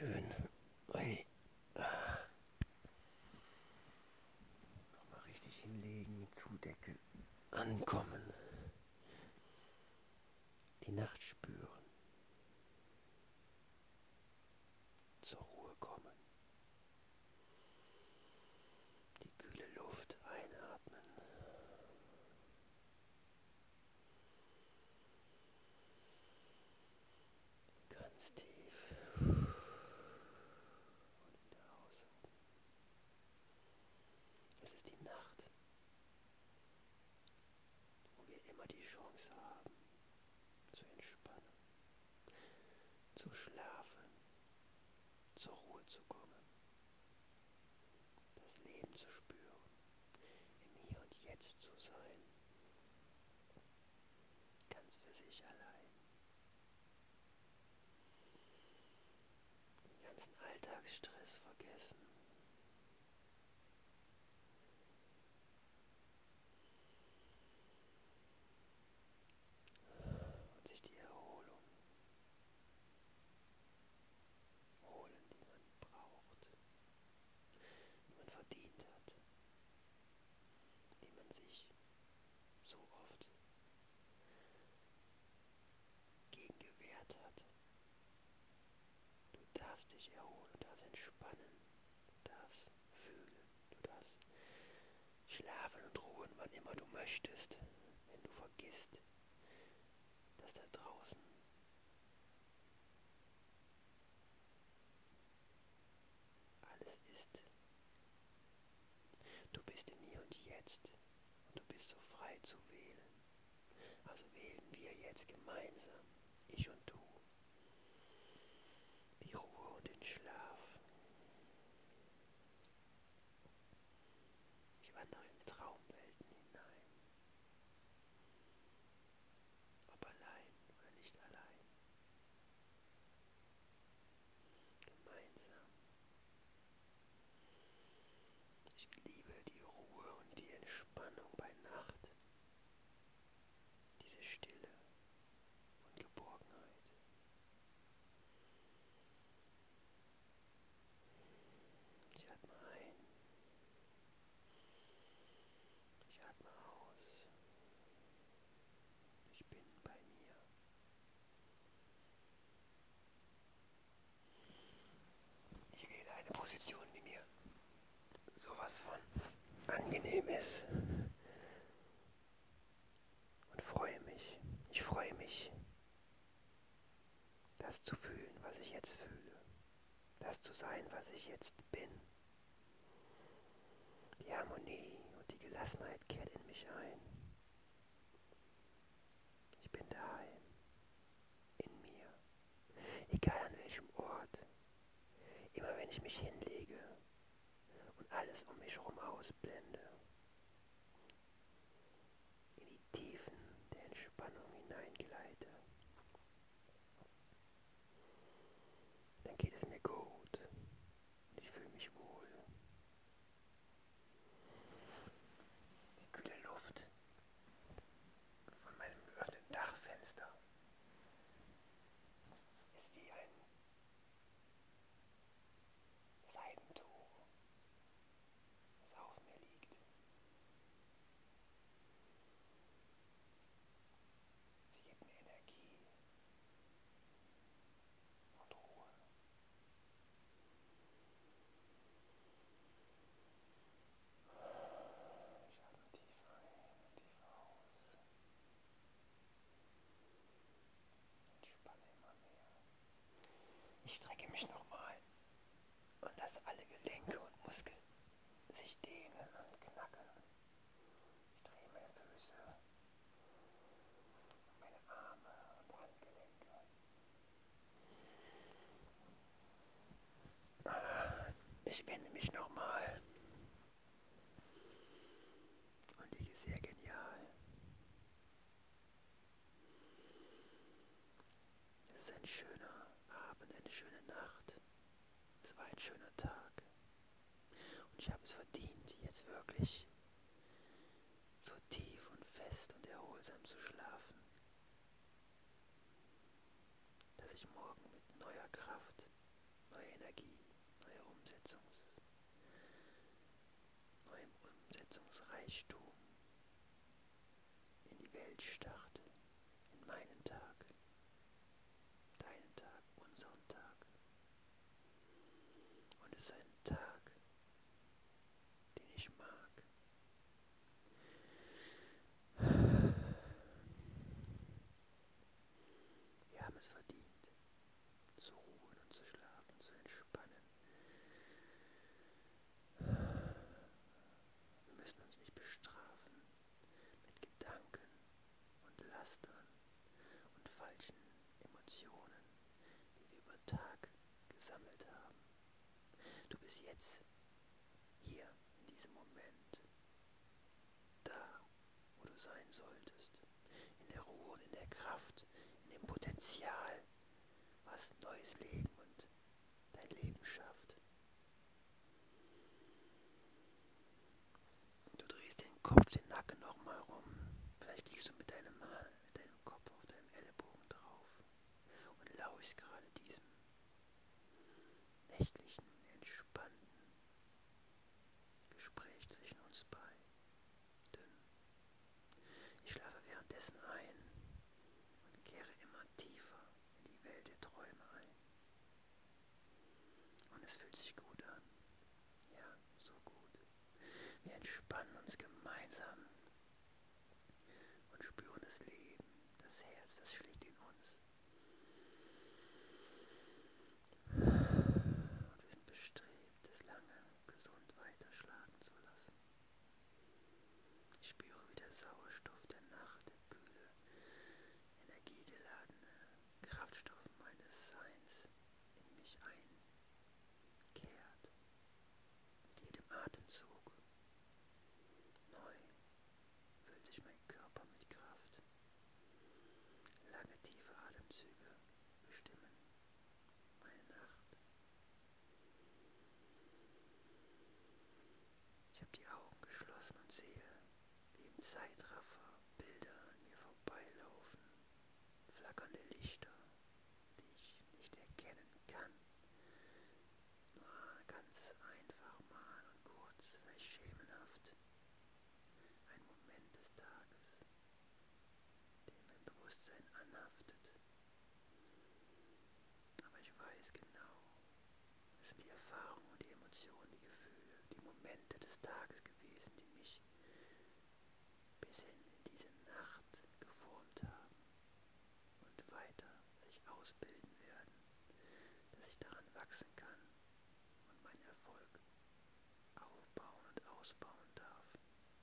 schön. Ui. Nochmal richtig hinlegen, zudecke, ankommen. Die Nacht spüren. Zur Ruhe kommen. Die kühle Luft einatmen. Ganz tief. Und wieder ausatmen. Es ist die Nacht, wo wir immer die Chance haben, zu entspannen, zu schlafen, zur Ruhe zu kommen, das Leben zu spüren, im Hier und Jetzt zu sein, ganz für sich allein. Den ganzen Alltagsstress vergessen. Und sich die Erholung holen, die man braucht, die man verdient hat, die man sich so oft gegen gewehrt hat. Du darfst dich erholen, du darfst entspannen, du darfst fühlen, du darfst schlafen und ruhen, wann immer du möchtest, wenn du vergisst, dass da draußen alles ist. Du bist im Hier und Jetzt und du bist so frei zu wählen. Also wählen wir jetzt gemeinsam, ich und du, die Ruhe und den Schlaf. Ich wandere in Traumwelten hinein. Ob allein oder nicht allein. Gemeinsam. Ich liebe die Ruhe und die Entspannung bei Nacht. Diese Stille und Geborgenheit. Ich atme ein. Ich atme aus. Ich bin bei mir. Ich wähle eine Position, die mir sowas von angenehm ist und freue mich. Ich freue mich, das zu fühlen, was ich jetzt fühle. Das zu sein, was ich jetzt bin. Die Harmonie und die Gelassenheit kehrt in mich ein. Ich bin daheim, in mir, egal an welchem Ort. Immer wenn ich mich hinlege und alles um mich herum ausblende, in die Tiefen der Entspannung hineingleite, dann geht es mir gut und ich fühle mich wohl. Die kühle Luft von meinem geöffneten Dachfenster ist wie ein Seidentuch, das auf mir liegt. Sie gibt mir Energie und Ruhe. Ich atme tief ein und tief aus. Entspanne immer mehr. Ich strecke mich nochmal und lasse alle Gelenke und Muskeln sich dehnen und knacken. Ich drehe meine Füße, meine Arme und Handgelenke. Ich wende mich nochmal und liege sehr genial. Es ist ein schöner Abend, eine schöne Nacht. Es war ein schöner Tag. Und ich habe es verdient, jetzt wirklich so tief und fest und erholsam zu schlafen, dass ich morgen mit neuer Kraft, neuer Energie, neuem Umsetzungsreichtum in die Welt starte, in meinen Tag, deinen Tag, unseren Tag. Und es ist ein Tag, den ich mag. Wir haben es verdient, zu ruhen und zu schlafen, zu entspannen. Wir müssen uns nicht bestrafen mit Gedanken und Lastern und falschen Emotionen, die wir über Tag gesammelt haben. Du bist jetzt hier in diesem Moment da, wo du sein solltest, in der Ruhe und in der Kraft, in dem Potenzial, was neues Leben und dein Leben schafft. Du drehst den Kopf, den Nacken nochmal rum. Vielleicht liegst du mit deinem Kopf auf deinem Ellenbogen drauf und lauschst gerade diesem nächtlichen, entspannten Gespräch zwischen uns beiden. Ich schlafe währenddessen ein und kehre immer tiefer in die Welt der Träume ein. Und es fühlt sich gut an. Ja, so gut. Wir entspannen uns gemeinsam und spüren das Leben, das Herz, das schlägt in uns. Und wir sind bestrebt, es lange gesund weiterschlagen zu lassen. Ich spüre, wie der Sauerstoff der Nacht, der kühle, energiegeladene Kraftstoff meines Seins in mich einkehrt. Mit jedem Atemzug neu füllt sich mein Körper mit Kraft. Lange tiefe Atemzüge bestimmen meine Nacht. Ich habe die Augen geschlossen und sehe, wie im Zeitraffer Bilder an mir vorbeilaufen, flackernde Lichter, die ich nicht erkennen kann. Nur ganz einfach mal und kurz, vielleicht schemenhaft. Ein Moment des Tages, den mein Bewusstsein anhaftet. Aber ich weiß genau, es sind die Erfahrungen und die Emotionen, die Gefühle, die Momente des Tages gewesen, die mich bis hin in diese Nacht geformt haben und weiter sich ausbilden werden, dass ich daran wachsen kann und meinen Erfolg aufbauen und ausbauen darf.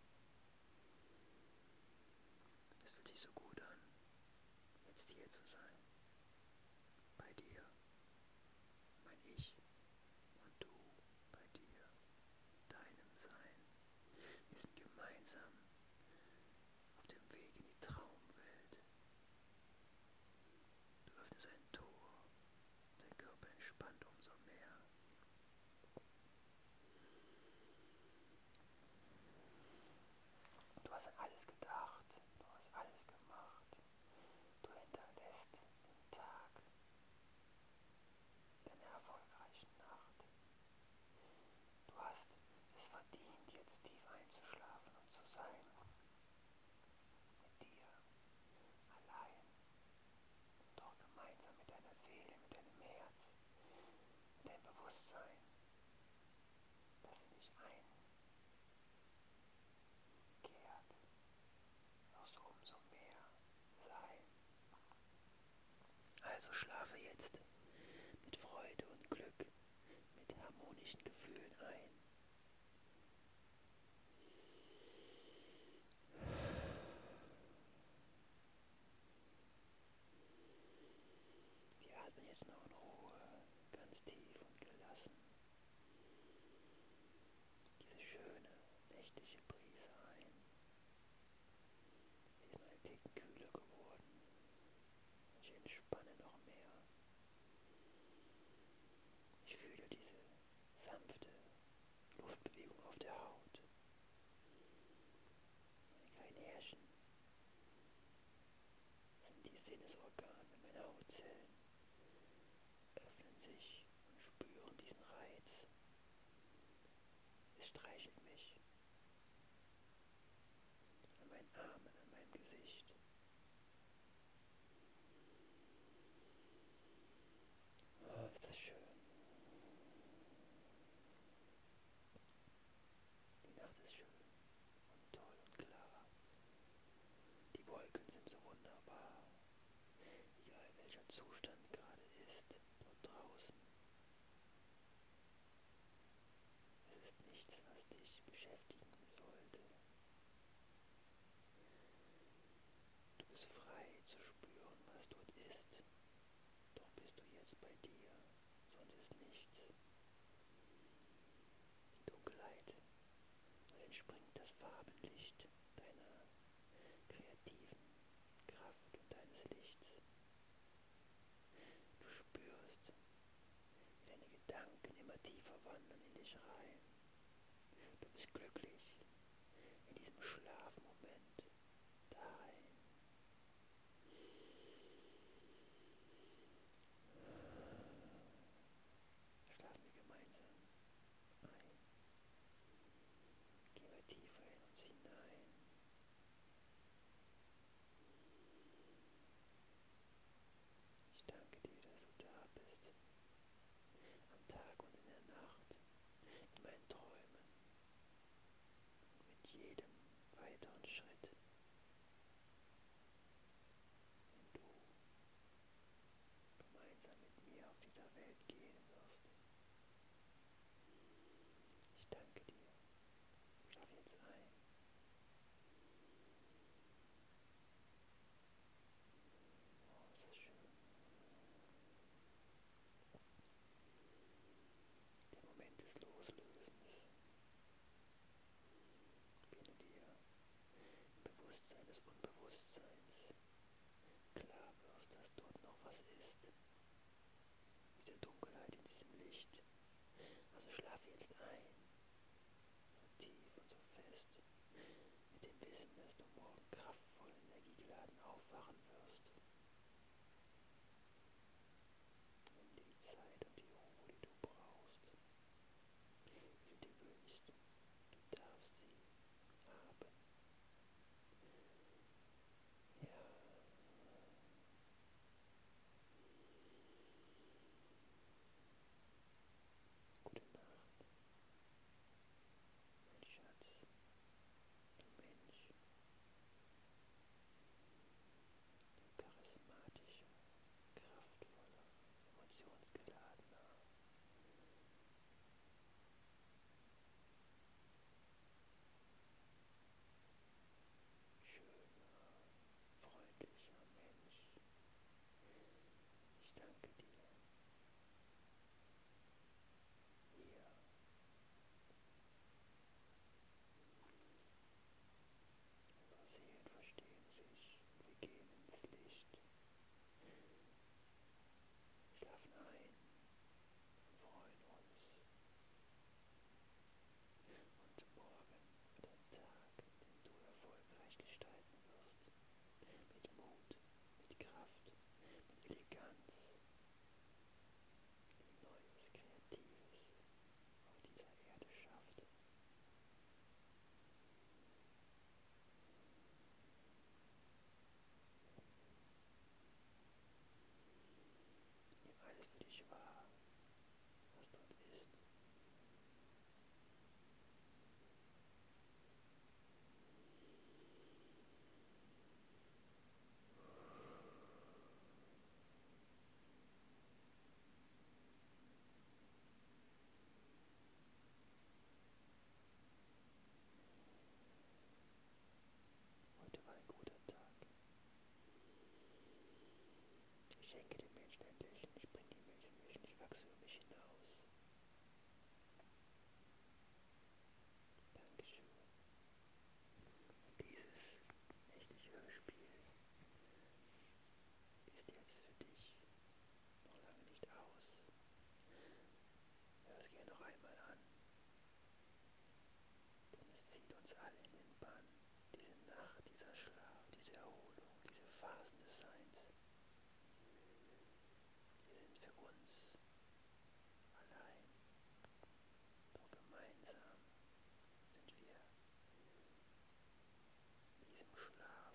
Es fühlt sich so gut an, jetzt hier zu sein, bei dir, mein Ich und du, bei dir, deinem Sein. Wir sind gemeinsam auf dem Weg in die Traumwelt. Du öffnest ein Tor, dein Körper entspannt umso mehr. Du hast an alles gedacht, du hast alles gemacht. Du hinterlässt den Tag in einer erfolgreichen Nacht. Du hast es verdient, jetzt tief einzuschlafen und zu sein. Mit dir, allein, doch gemeinsam mit deiner Seele, mit deinem Herz, mit deinem Bewusstsein, das in dich einkehrt, wirst du umso mehr sein. Also schlafe jetzt mit Freude und Glück, mit harmonischen Gefühlen ein. Wir atmen jetzt noch in Ruhe, ganz tief und gelassen, diese schöne nächtliche Brise ein. Sie ist noch ein Ticken kühler geworden. Ich entspanne noch mehr. Ich fühle diese sanfte Zustand gerade ist, dort draußen. Es ist nichts, was dich beschäftigen sollte. Du bist frei zu spüren, was dort ist. Doch bist du jetzt bei dir, sonst ist nichts. Die Dunkelheit und entspringt das Farbenlicht deiner kreativen Kraft und deines Lichts. Du spürst, wie deine Gedanken immer tiefer wandern in dich rein. Du bist glücklich in diesem Schlafmoment dahin. Schlafen wir gemeinsam ein. Gehen wir tiefer in uns hinein. Ich danke dir, dass du da bist. Am Tag und in der Nacht, in meinen Träumen und mit jedem weiteren Schritt, den du gemeinsam mit mir auf dieser Welt gehen wirst. Ich danke dir. Schlaf jetzt ein. Oh, ist das schön. Der Moment des Loslösens, wenn du dir im Bewusstsein des Unbewusstseins klar wirst, dass dort noch was ist. Diese Dunkelheit in diesem Licht. Also schlaf jetzt ein. So tief und so fest. Mit dem Wissen, dass du morgen kraftvoll, energiegeladen aufwachen wirst. Nimm dir die Zeit und die Ruhe, die du brauchst. Wie du dir wünschst. Du darfst sie haben. Ja. Gute Nacht, mein Schatz, du Mensch, du charismatischer, kraftvoller, emotionsgeladener, schöner, freundlicher Mensch. Ich danke dir. Hier. Unsere Seelen verstehen sich und wir gehen ins Licht, schlafen ein und freuen uns. Und morgen wird ein Tag, den du erfolgreich gestalten wirst. Mit Mut, mit Kraft, mit Eleganz, die Neues, Kreatives auf dieser Erde schafft. Nimm alles für dich wahr, was dort ist. Heute war ein guter Tag. Ich schenke dem Menschen ein Lächeln, ich bringe ihm welches Lächeln, ich wachse über mich hinaus. Dankeschön. Und dieses nächtliche Hörspiel ist jetzt für dich noch lange nicht aus. Hör es gerne noch einmal an, denn es zieht uns alle in den Bann. Diese Nacht, dieser Schlaf, diese Erholung, diese Phasen des Seins, die sind für uns allein. Doch gemeinsam sind wir in diesem Schlaf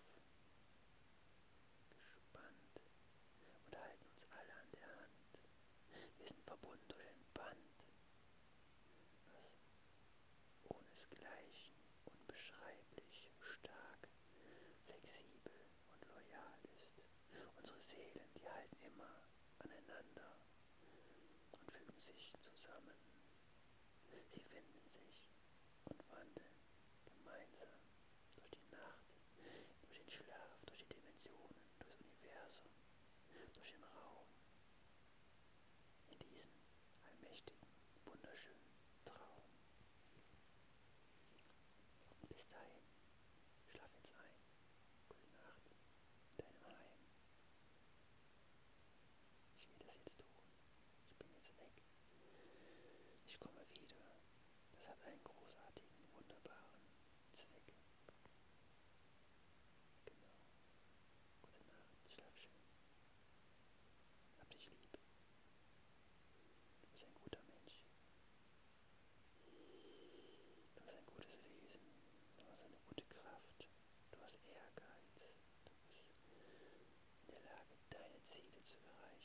gespannt und halten uns alle an der Hand. Wir sind verbunden durch ein Band, was ohnesgleichen, unbeschreiblich, stark, flexibel und loyal ist. Unsere Seelen, die halten immer sich zusammen. Sie finden sich und wandeln gemeinsam durch die Nacht, durch den Schlaf, durch die Dimensionen, durchs Universum, durch den Raum, in diesen allmächtigen, wunderschönen Traum. Bis dahin, schlaf jetzt ein. Gute Nacht, deinem Heim. Ich will das jetzt tun. Ich bin jetzt weg. Ich komme wieder. Das hat einen großartigen, wunderbaren Zweck. Genau. Gute Nacht. Schlaf schön. Hab dich lieb. Du bist ein guter Mensch. Du hast ein gutes Wesen. Du hast eine gute Kraft. Du hast Ehrgeiz. Du bist in der Lage, deine Ziele zu erreichen.